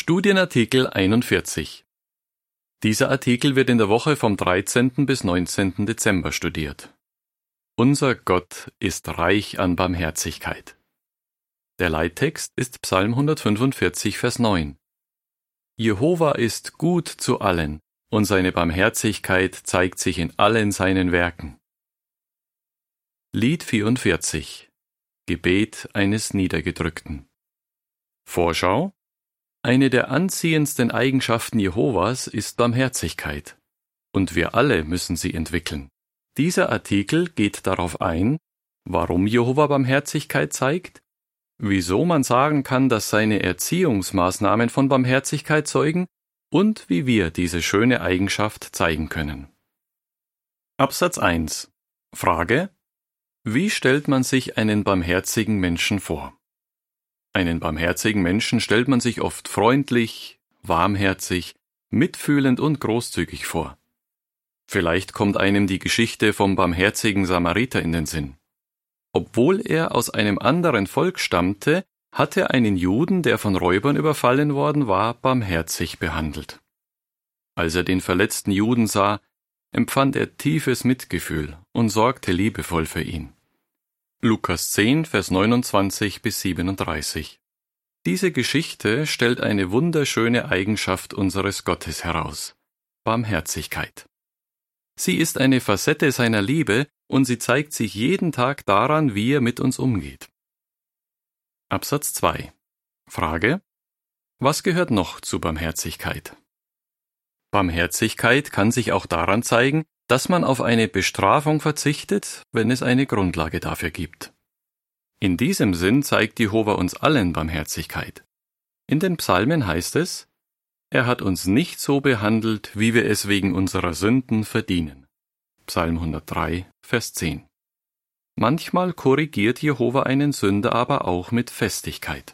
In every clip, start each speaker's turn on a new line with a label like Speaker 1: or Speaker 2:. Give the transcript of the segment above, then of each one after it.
Speaker 1: Studienartikel 41. Dieser Artikel wird in der Woche vom 13. bis 19. Dezember studiert. Unser Gott ist reich an Barmherzigkeit. Der Leittext ist Psalm 145, Vers 9. Jehova ist gut zu allen, und seine Barmherzigkeit zeigt sich in allen seinen Werken. Lied 44. Gebet eines Niedergedrückten. Vorschau. Eine der anziehendsten Eigenschaften Jehovas ist Barmherzigkeit. Und wir alle müssen sie entwickeln. Dieser Artikel geht darauf ein, warum Jehova Barmherzigkeit zeigt, wieso man sagen kann, dass seine Erziehungsmaßnahmen von Barmherzigkeit zeugen und wie wir diese schöne Eigenschaft zeigen können. Absatz 1. Frage: Wie stellt man sich einen barmherzigen Menschen vor? Einen barmherzigen Menschen stellt man sich oft freundlich, warmherzig, mitfühlend und großzügig vor. Vielleicht kommt einem die Geschichte vom barmherzigen Samariter in den Sinn. Obwohl er aus einem anderen Volk stammte, hat er einen Juden, der von Räubern überfallen worden war, barmherzig behandelt. Als er den verletzten Juden sah, empfand er tiefes Mitgefühl und sorgte liebevoll für ihn. Lukas 10, Vers 29 bis 37. Diese Geschichte stellt eine wunderschöne Eigenschaft unseres Gottes heraus: Barmherzigkeit. Sie ist eine Facette seiner Liebe und sie zeigt sich jeden Tag daran, wie er mit uns umgeht. Absatz 2. Frage: Was gehört noch zu Barmherzigkeit? Barmherzigkeit kann sich auch daran zeigen, dass man auf eine Bestrafung verzichtet, wenn es eine Grundlage dafür gibt. In diesem Sinn zeigt Jehova uns allen Barmherzigkeit. In den Psalmen heißt es: Er hat uns nicht so behandelt, wie wir es wegen unserer Sünden verdienen. Psalm 103, Vers 10. Manchmal korrigiert Jehova einen Sünder aber auch mit Festigkeit.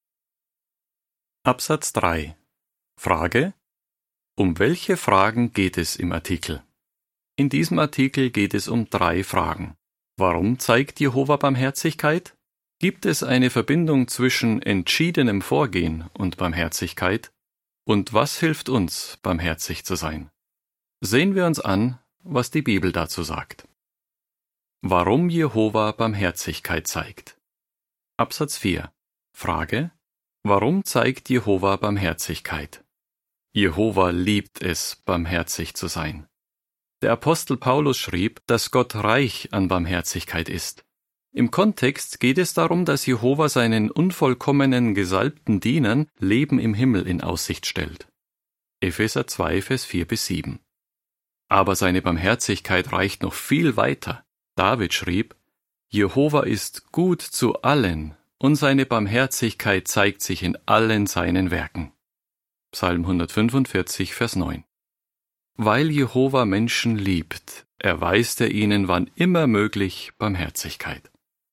Speaker 1: Absatz 3. Frage: Um welche Fragen geht es im Artikel? In diesem Artikel geht es um 3 Fragen. Warum zeigt Jehova Barmherzigkeit? Gibt es eine Verbindung zwischen entschiedenem Vorgehen und Barmherzigkeit? Und was hilft uns, barmherzig zu sein? Sehen wir uns an, was die Bibel dazu sagt. Warum Jehova Barmherzigkeit zeigt. Absatz 4. Frage: Warum zeigt Jehova Barmherzigkeit? Jehova liebt es, barmherzig zu sein. Der Apostel Paulus schrieb, dass Gott reich an Barmherzigkeit ist. Im Kontext geht es darum, dass Jehova seinen unvollkommenen, gesalbten Dienern Leben im Himmel in Aussicht stellt. Epheser 2, Vers 4 bis 7. Aber seine Barmherzigkeit reicht noch viel weiter. David schrieb: Jehova ist gut zu allen, und seine Barmherzigkeit zeigt sich in allen seinen Werken. Psalm 145, Vers 9. Weil Jehova Menschen liebt, erweist er ihnen wann immer möglich Barmherzigkeit.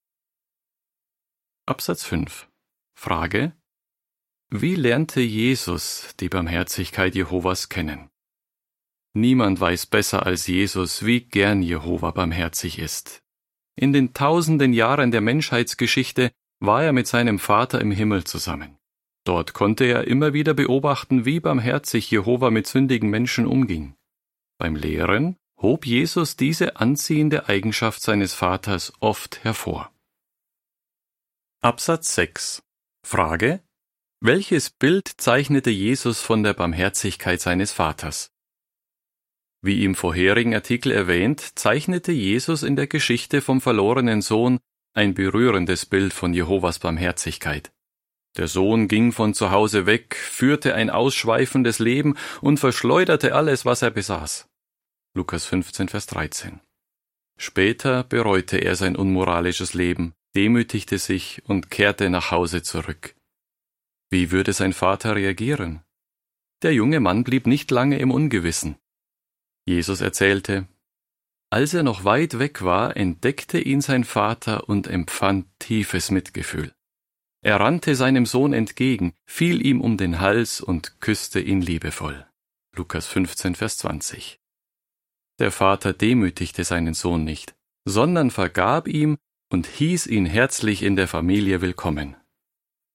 Speaker 1: Absatz 5. Frage: Wie lernte Jesus die Barmherzigkeit Jehovas kennen? Niemand weiß besser als Jesus, wie gern Jehova barmherzig ist. In den tausenden Jahren der Menschheitsgeschichte war er mit seinem Vater im Himmel zusammen. Dort konnte er immer wieder beobachten, wie barmherzig Jehova mit sündigen Menschen umging. Beim Lehren hob Jesus diese anziehende Eigenschaft seines Vaters oft hervor. Absatz 6. Frage: Welches Bild zeichnete Jesus von der Barmherzigkeit seines Vaters? Wie im vorherigen Artikel erwähnt, zeichnete Jesus in der Geschichte vom verlorenen Sohn ein berührendes Bild von Jehovas Barmherzigkeit. Der Sohn ging von zu Hause weg, führte ein ausschweifendes Leben und verschleuderte alles, was er besaß. Lukas 15, Vers 13. Später bereute er sein unmoralisches Leben, demütigte sich und kehrte nach Hause zurück. Wie würde sein Vater reagieren? Der junge Mann blieb nicht lange im Ungewissen. Jesus erzählte: Als er noch weit weg war, entdeckte ihn sein Vater und empfand tiefes Mitgefühl. Er rannte seinem Sohn entgegen, fiel ihm um den Hals und küsste ihn liebevoll. Lukas 15, Vers 20. Der Vater demütigte seinen Sohn nicht, sondern vergab ihm und hieß ihn herzlich in der Familie willkommen.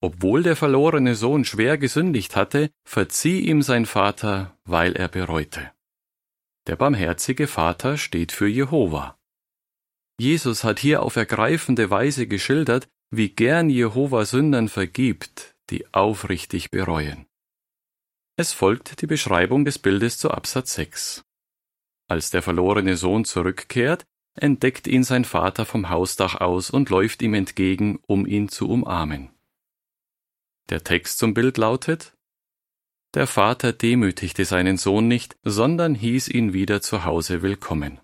Speaker 1: Obwohl der verlorene Sohn schwer gesündigt hatte, verzieh ihm sein Vater, weil er bereute. Der barmherzige Vater steht für Jehova. Jesus hat hier auf ergreifende Weise geschildert, wie gern Jehova Sündern vergibt, die aufrichtig bereuen. Es folgt die Beschreibung des Bildes zu Absatz 6. Als der verlorene Sohn zurückkehrt, entdeckt ihn sein Vater vom Hausdach aus und läuft ihm entgegen, um ihn zu umarmen. Der Text zum Bild lautet: Der Vater demütigte seinen Sohn nicht, sondern hieß ihn wieder zu Hause willkommen.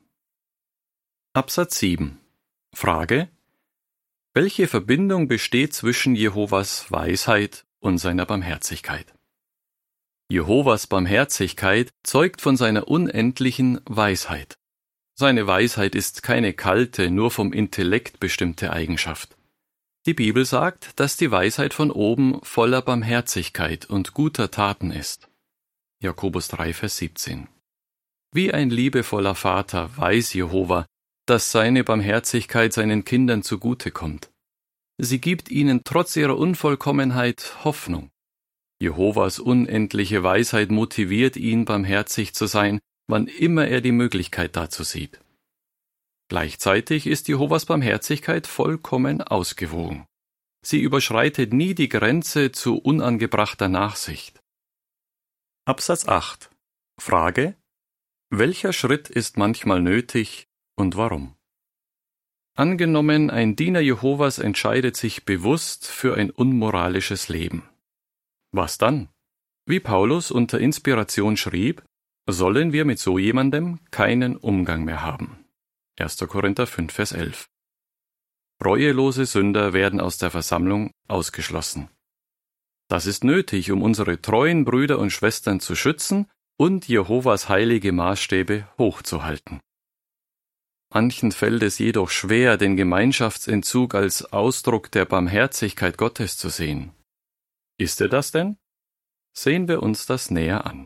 Speaker 1: Absatz 7. Frage: Welche Verbindung besteht zwischen Jehovas Weisheit und seiner Barmherzigkeit? Jehovas Barmherzigkeit zeugt von seiner unendlichen Weisheit. Seine Weisheit ist keine kalte, nur vom Intellekt bestimmte Eigenschaft. Die Bibel sagt, dass die Weisheit von oben voller Barmherzigkeit und guter Taten ist. Jakobus 3, Vers 17. Wie ein liebevoller Vater weiß Jehova, dass seine Barmherzigkeit seinen Kindern zugute kommt. Sie gibt ihnen trotz ihrer Unvollkommenheit Hoffnung. Jehovas unendliche Weisheit motiviert ihn, barmherzig zu sein, wann immer er die Möglichkeit dazu sieht. Gleichzeitig ist Jehovas Barmherzigkeit vollkommen ausgewogen. Sie überschreitet nie die Grenze zu unangebrachter Nachsicht. Absatz 8. Frage: Welcher Schritt ist manchmal nötig und warum? Angenommen, ein Diener Jehovas entscheidet sich bewusst für ein unmoralisches Leben. Was dann? Wie Paulus unter Inspiration schrieb, sollen wir mit so jemandem keinen Umgang mehr haben. 1. Korinther 5, Vers 11. Reuelose Sünder werden aus der Versammlung ausgeschlossen. Das ist nötig, um unsere treuen Brüder und Schwestern zu schützen und Jehovas heilige Maßstäbe hochzuhalten. Manchen fällt es jedoch schwer, den Gemeinschaftsentzug als Ausdruck der Barmherzigkeit Gottes zu sehen. Ist er das denn? Sehen wir uns das näher an.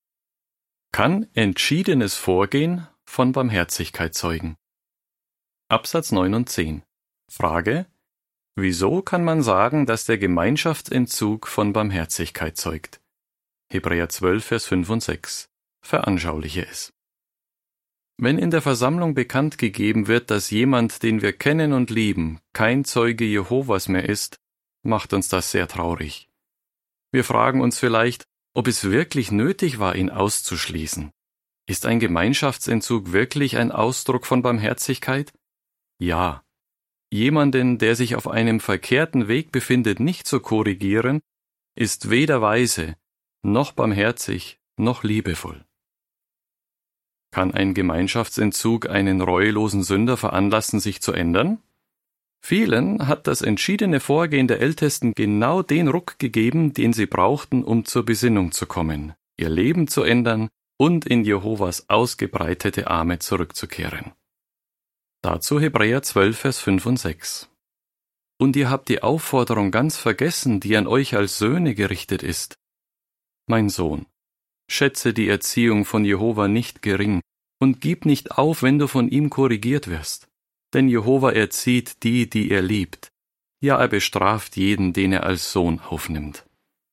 Speaker 1: Kann entschiedenes Vorgehen von Barmherzigkeit zeugen? Absatz 9 und 10. Frage: Wieso kann man sagen, dass der Gemeinschaftsentzug von Barmherzigkeit zeugt? Hebräer 12, Vers 5 und 6. Veranschauliche es. Wenn in der Versammlung bekannt gegeben wird, dass jemand, den wir kennen und lieben, kein Zeuge Jehovas mehr ist, macht uns das sehr traurig. Wir fragen uns vielleicht, ob es wirklich nötig war, ihn auszuschließen. Ist ein Gemeinschaftsentzug wirklich ein Ausdruck von Barmherzigkeit? Ja. Jemanden, der sich auf einem verkehrten Weg befindet, nicht zu korrigieren, ist weder weise, noch barmherzig, noch liebevoll. Kann ein Gemeinschaftsentzug einen reuelosen Sünder veranlassen, sich zu ändern? Vielen hat das entschiedene Vorgehen der Ältesten genau den Ruck gegeben, den sie brauchten, um zur Besinnung zu kommen, ihr Leben zu ändern und in Jehovas ausgebreitete Arme zurückzukehren. Dazu Hebräer 12, Vers 5 und 6. Und ihr habt die Aufforderung ganz vergessen, die an euch als Söhne gerichtet ist. Mein Sohn, schätze die Erziehung von Jehova nicht gering und gib nicht auf, wenn du von ihm korrigiert wirst. Denn Jehova erzieht die, die er liebt. Ja, er bestraft jeden, den er als Sohn aufnimmt.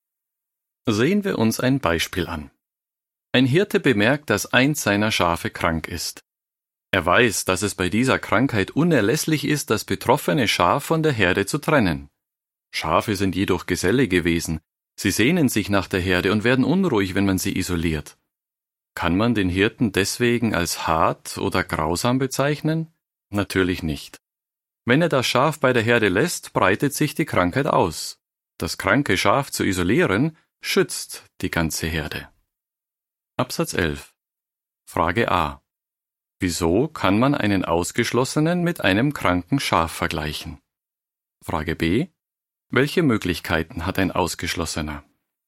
Speaker 1: Sehen wir uns ein Beispiel an. Ein Hirte bemerkt, dass eins seiner Schafe krank ist. Er weiß, dass es bei dieser Krankheit unerlässlich ist, das betroffene Schaf von der Herde zu trennen. Schafe sind jedoch Geselle gewesen. Sie sehnen sich nach der Herde und werden unruhig, wenn man sie isoliert. Kann man den Hirten deswegen als hart oder grausam bezeichnen? Natürlich nicht. Wenn er das Schaf bei der Herde lässt, breitet sich die Krankheit aus. Das kranke Schaf zu isolieren, schützt die ganze Herde. Absatz 11. Frage A. Wieso kann man einen Ausgeschlossenen mit einem kranken Schaf vergleichen? Frage B. Welche Möglichkeiten hat ein Ausgeschlossener?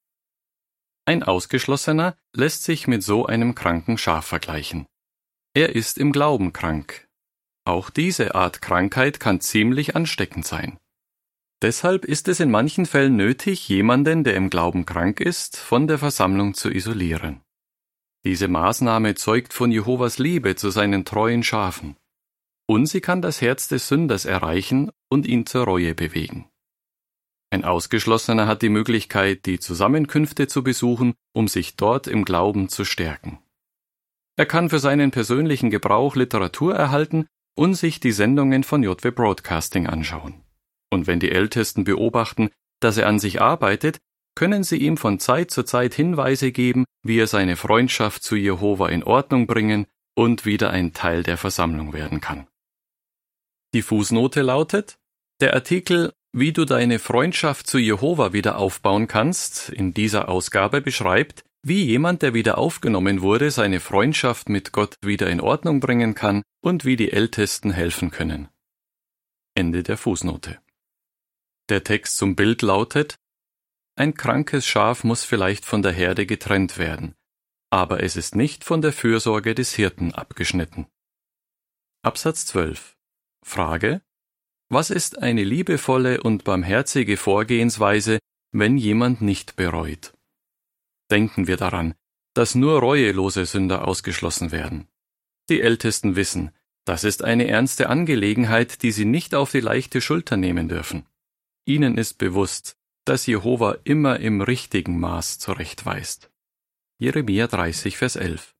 Speaker 1: Ein Ausgeschlossener lässt sich mit so einem kranken Schaf vergleichen. Er ist im Glauben krank. Auch diese Art Krankheit kann ziemlich ansteckend sein. Deshalb ist es in manchen Fällen nötig, jemanden, der im Glauben krank ist, von der Versammlung zu isolieren. Diese Maßnahme zeugt von Jehovas Liebe zu seinen treuen Schafen. Und sie kann das Herz des Sünders erreichen und ihn zur Reue bewegen. Ein Ausgeschlossener hat die Möglichkeit, die Zusammenkünfte zu besuchen, um sich dort im Glauben zu stärken. Er kann für seinen persönlichen Gebrauch Literatur erhalten und sich die Sendungen von JW Broadcasting anschauen. Und wenn die Ältesten beobachten, dass er an sich arbeitet, können sie ihm von Zeit zu Zeit Hinweise geben, wie er seine Freundschaft zu Jehova in Ordnung bringen und wieder ein Teil der Versammlung werden kann. Die Fußnote lautet: Der Artikel Wie du deine Freundschaft zu Jehova wieder aufbauen kannst in dieser Ausgabe beschreibt, wie jemand, der wieder aufgenommen wurde, seine Freundschaft mit Gott wieder in Ordnung bringen kann und wie die Ältesten helfen können. Ende der Fußnote. Der Text zum Bild lautet: Ein krankes Schaf muss vielleicht von der Herde getrennt werden, aber es ist nicht von der Fürsorge des Hirten abgeschnitten. Absatz 12. Frage: Was ist eine liebevolle und barmherzige Vorgehensweise, wenn jemand nicht bereut? Denken wir daran, dass nur reuelose Sünder ausgeschlossen werden. Die Ältesten wissen, das ist eine ernste Angelegenheit, die sie nicht auf die leichte Schulter nehmen dürfen. Ihnen ist bewusst, dass Jehova immer im richtigen Maß zurechtweist. Jeremia 30, Vers 11.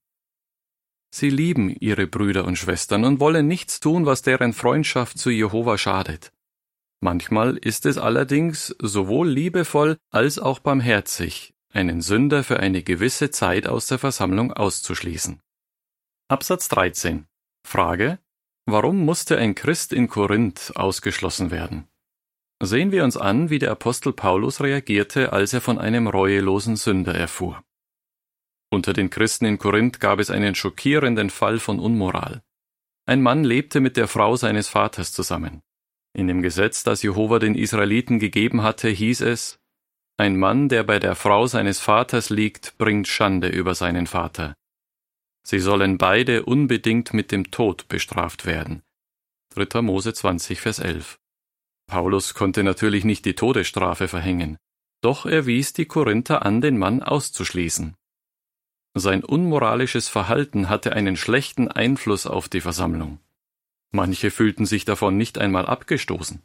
Speaker 1: Sie lieben ihre Brüder und Schwestern und wollen nichts tun, was deren Freundschaft zu Jehova schadet. Manchmal ist es allerdings sowohl liebevoll als auch barmherzig, einen Sünder für eine gewisse Zeit aus der Versammlung auszuschließen. Absatz 13. Frage: Warum musste ein Christ in Korinth ausgeschlossen werden? Sehen wir uns an, wie der Apostel Paulus reagierte, als er von einem reuelosen Sünder erfuhr. Unter den Christen in Korinth gab es einen schockierenden Fall von Unmoral. Ein Mann lebte mit der Frau seines Vaters zusammen. In dem Gesetz, das Jehova den Israeliten gegeben hatte, hieß es: Ein Mann, der bei der Frau seines Vaters liegt, bringt Schande über seinen Vater. Sie sollen beide unbedingt mit dem Tod bestraft werden. 3. Mose 20, Vers 11. Paulus konnte natürlich nicht die Todesstrafe verhängen, doch er wies die Korinther an, den Mann auszuschließen. Sein unmoralisches Verhalten hatte einen schlechten Einfluss auf die Versammlung. Manche fühlten sich davon nicht einmal abgestoßen.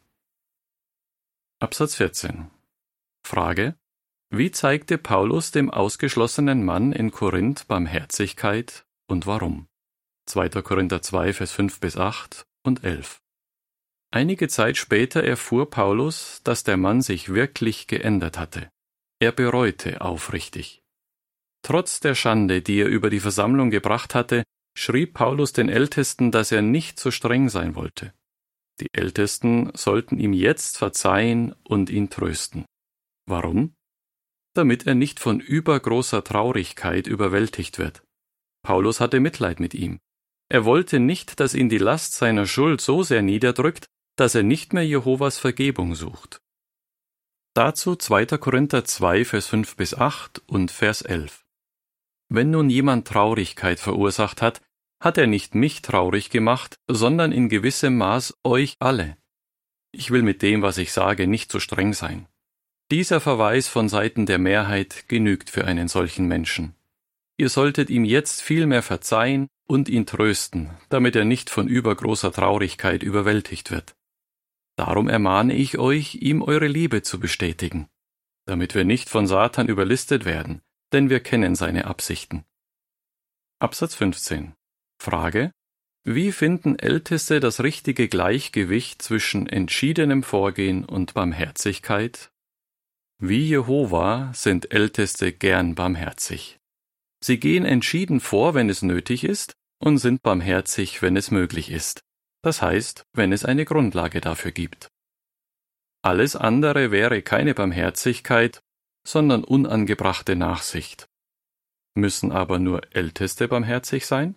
Speaker 1: Absatz 14. Frage: Wie zeigte Paulus dem ausgeschlossenen Mann in Korinth Barmherzigkeit und warum? 2. Korinther 2, Vers 5 bis 8 und 11. Einige Zeit später erfuhr Paulus, dass der Mann sich wirklich geändert hatte. Er bereute aufrichtig. Trotz der Schande, die er über die Versammlung gebracht hatte, schrieb Paulus den Ältesten, dass er nicht so streng sein wollte. Die Ältesten sollten ihm jetzt verzeihen und ihn trösten. Warum? Damit er nicht von übergroßer Traurigkeit überwältigt wird. Paulus hatte Mitleid mit ihm. Er wollte nicht, dass ihn die Last seiner Schuld so sehr niederdrückt, dass er nicht mehr Jehovas Vergebung sucht. Dazu 2. Korinther 2, Vers 5 bis 8 und Vers 11. Wenn nun jemand Traurigkeit verursacht hat, hat er nicht mich traurig gemacht, sondern in gewissem Maß euch alle. Ich will mit dem, was ich sage, nicht so streng sein. Dieser Verweis von Seiten der Mehrheit genügt für einen solchen Menschen. Ihr solltet ihm jetzt vielmehr verzeihen und ihn trösten, damit er nicht von übergroßer Traurigkeit überwältigt wird. Darum ermahne ich euch, ihm eure Liebe zu bestätigen, damit wir nicht von Satan überlistet werden, denn wir kennen seine Absichten. Absatz 15. Frage: Wie finden Älteste das richtige Gleichgewicht zwischen entschiedenem Vorgehen und Barmherzigkeit? Wie Jehova sind Älteste gern barmherzig. Sie gehen entschieden vor, wenn es nötig ist, und sind barmherzig, wenn es möglich ist. Das heißt, wenn es eine Grundlage dafür gibt. Alles andere wäre keine Barmherzigkeit, sondern unangebrachte Nachsicht. Müssen aber nur Älteste barmherzig sein?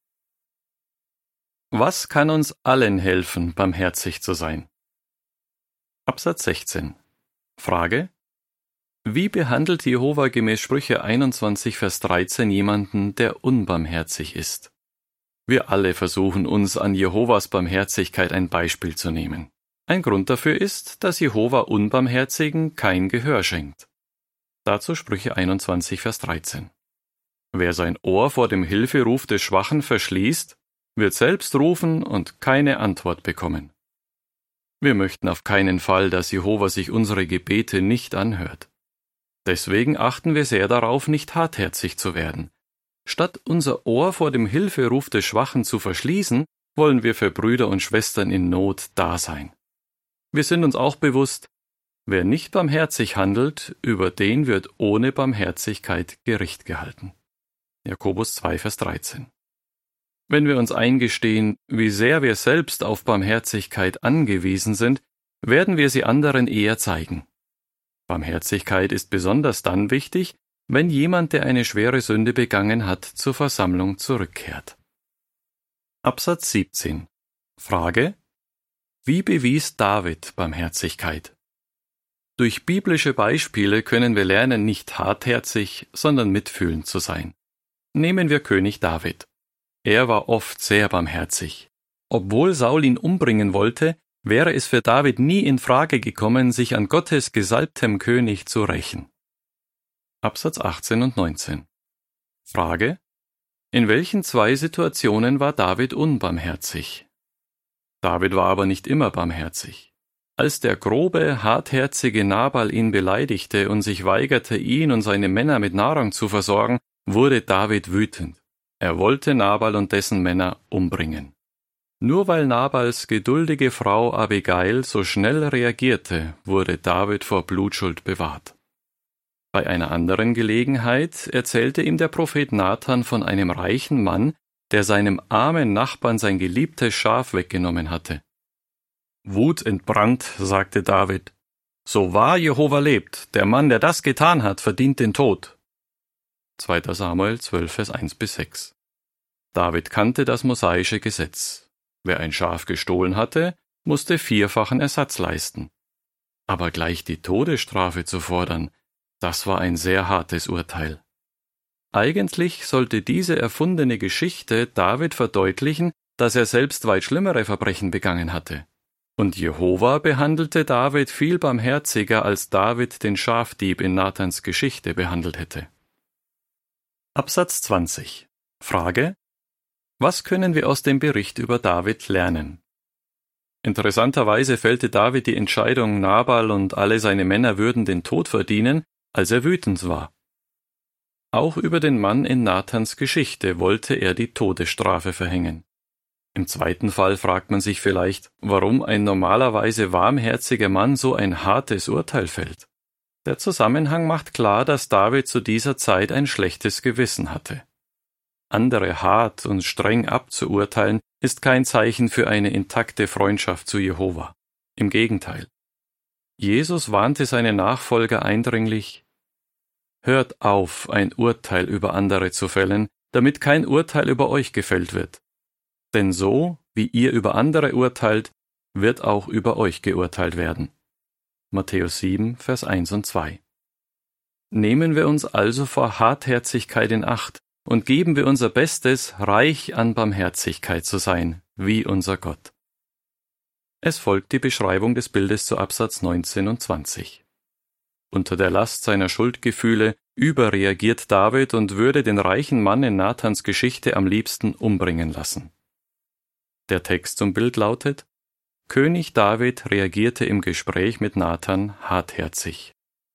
Speaker 1: Was kann uns allen helfen, barmherzig zu sein? Absatz 16. Frage: Wie behandelt Jehova gemäß Sprüche 21, Vers 13 jemanden, der unbarmherzig ist? Wir alle versuchen uns an Jehovas Barmherzigkeit ein Beispiel zu nehmen. Ein Grund dafür ist, dass Jehova Unbarmherzigen kein Gehör schenkt. Dazu Sprüche 21, Vers 13. Wer sein Ohr vor dem Hilferuf des Schwachen verschließt, wird selbst rufen und keine Antwort bekommen. Wir möchten auf keinen Fall, dass Jehova sich unsere Gebete nicht anhört. Deswegen achten wir sehr darauf, nicht hartherzig zu werden. Statt unser Ohr vor dem Hilferuf des Schwachen zu verschließen, wollen wir für Brüder und Schwestern in Not da sein. Wir sind uns auch bewusst, wer nicht barmherzig handelt, über den wird ohne Barmherzigkeit Gericht gehalten. Jakobus 2, Vers 13. Wenn wir uns eingestehen, wie sehr wir selbst auf Barmherzigkeit angewiesen sind, werden wir sie anderen eher zeigen. Barmherzigkeit ist besonders dann wichtig, wenn jemand, der eine schwere Sünde begangen hat, zur Versammlung zurückkehrt. Absatz 17. Frage: Wie bewies David Barmherzigkeit? Durch biblische Beispiele können wir lernen, nicht hartherzig, sondern mitfühlend zu sein. Nehmen wir König David. Er war oft sehr barmherzig. Obwohl Saul ihn umbringen wollte, wäre es für David nie in Frage gekommen, sich an Gottes gesalbtem König zu rächen. Absatz 18 und 19. Frage: In welchen zwei Situationen war David unbarmherzig? David war aber nicht immer barmherzig. Als der grobe, hartherzige Nabal ihn beleidigte und sich weigerte, ihn und seine Männer mit Nahrung zu versorgen, wurde David wütend. Er wollte Nabal und dessen Männer umbringen. Nur weil Nabals geduldige Frau Abigail so schnell reagierte, wurde David vor Blutschuld bewahrt. Bei einer anderen Gelegenheit erzählte ihm der Prophet Nathan von einem reichen Mann, der seinem armen Nachbarn sein geliebtes Schaf weggenommen hatte. Wutentbrannt sagte David: So wahr Jehova lebt, der Mann, der das getan hat, verdient den Tod. 2. Samuel 12, Vers 1-6. David kannte das mosaische Gesetz. Wer ein Schaf gestohlen hatte, musste 4-fachen Ersatz leisten. Aber gleich die Todesstrafe zu fordern, das war ein sehr hartes Urteil. Eigentlich sollte diese erfundene Geschichte David verdeutlichen, dass er selbst weit schlimmere Verbrechen begangen hatte. Und Jehova behandelte David viel barmherziger, als David den Schafdieb in Nathans Geschichte behandelt hätte. Absatz 20. Frage: Was können wir aus dem Bericht über David lernen? Interessanterweise fällte David die Entscheidung, Nabal und alle seine Männer würden den Tod verdienen, als er wütend war. Auch über den Mann in Nathans Geschichte wollte er die Todesstrafe verhängen. Im zweiten Fall fragt man sich vielleicht, warum ein normalerweise warmherziger Mann so ein hartes Urteil fällt. Der Zusammenhang macht klar, dass David zu dieser Zeit ein schlechtes Gewissen hatte. Andere hart und streng abzuurteilen, ist kein Zeichen für eine intakte Freundschaft zu Jehova. Im Gegenteil. Jesus warnte seine Nachfolger eindringlich: Hört auf, ein Urteil über andere zu fällen, damit kein Urteil über euch gefällt wird. Denn so, wie ihr über andere urteilt, wird auch über euch geurteilt werden. Matthäus 7, Vers 1 und 2. Nehmen wir uns also vor Hartherzigkeit in Acht und geben wir unser Bestes, reich an Barmherzigkeit zu sein, wie unser Gott. Es folgt die Beschreibung des Bildes zu Absatz 19 und 20. Unter der Last seiner Schuldgefühle überreagiert David und würde den reichen Mann in Nathans Geschichte am liebsten umbringen lassen. Der Text zum Bild lautet: König David reagierte im Gespräch mit Nathan hartherzig.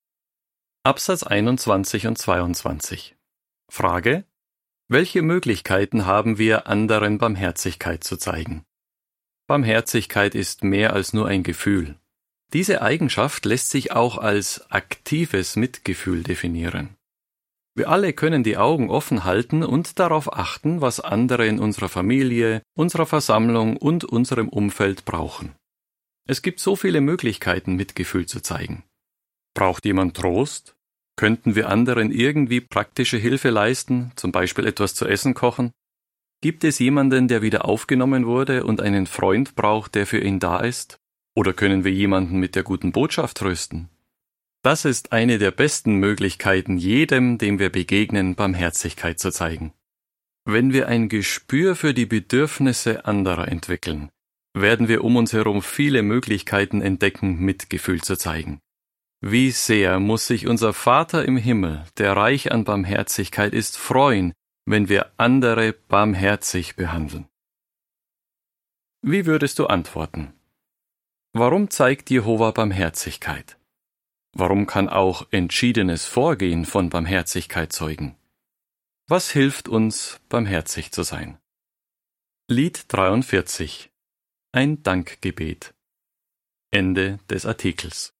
Speaker 1: Absatz 21 und 22. Frage: Welche Möglichkeiten haben wir, anderen Barmherzigkeit zu zeigen? Barmherzigkeit ist mehr als nur ein Gefühl. Diese Eigenschaft lässt sich auch als aktives Mitgefühl definieren. Wir alle können die Augen offen halten und darauf achten, was andere in unserer Familie, unserer Versammlung und unserem Umfeld brauchen. Es gibt so viele Möglichkeiten, Mitgefühl zu zeigen. Braucht jemand Trost? Könnten wir anderen irgendwie praktische Hilfe leisten, zum Beispiel etwas zu essen kochen? Gibt es jemanden, der wieder aufgenommen wurde und einen Freund braucht, der für ihn da ist? Oder können wir jemanden mit der guten Botschaft trösten? Das ist eine der besten Möglichkeiten, jedem, dem wir begegnen, Barmherzigkeit zu zeigen. Wenn wir ein Gespür für die Bedürfnisse anderer entwickeln, werden wir um uns herum viele Möglichkeiten entdecken, Mitgefühl zu zeigen. Wie sehr muss sich unser Vater im Himmel, der reich an Barmherzigkeit ist, freuen, wenn wir andere barmherzig behandeln. Wie würdest du antworten? Warum zeigt Jehova Barmherzigkeit? Warum kann auch entschiedenes Vorgehen von Barmherzigkeit zeugen? Was hilft uns, barmherzig zu sein? Lied 43. Ein Dankgebet. Ende des Artikels.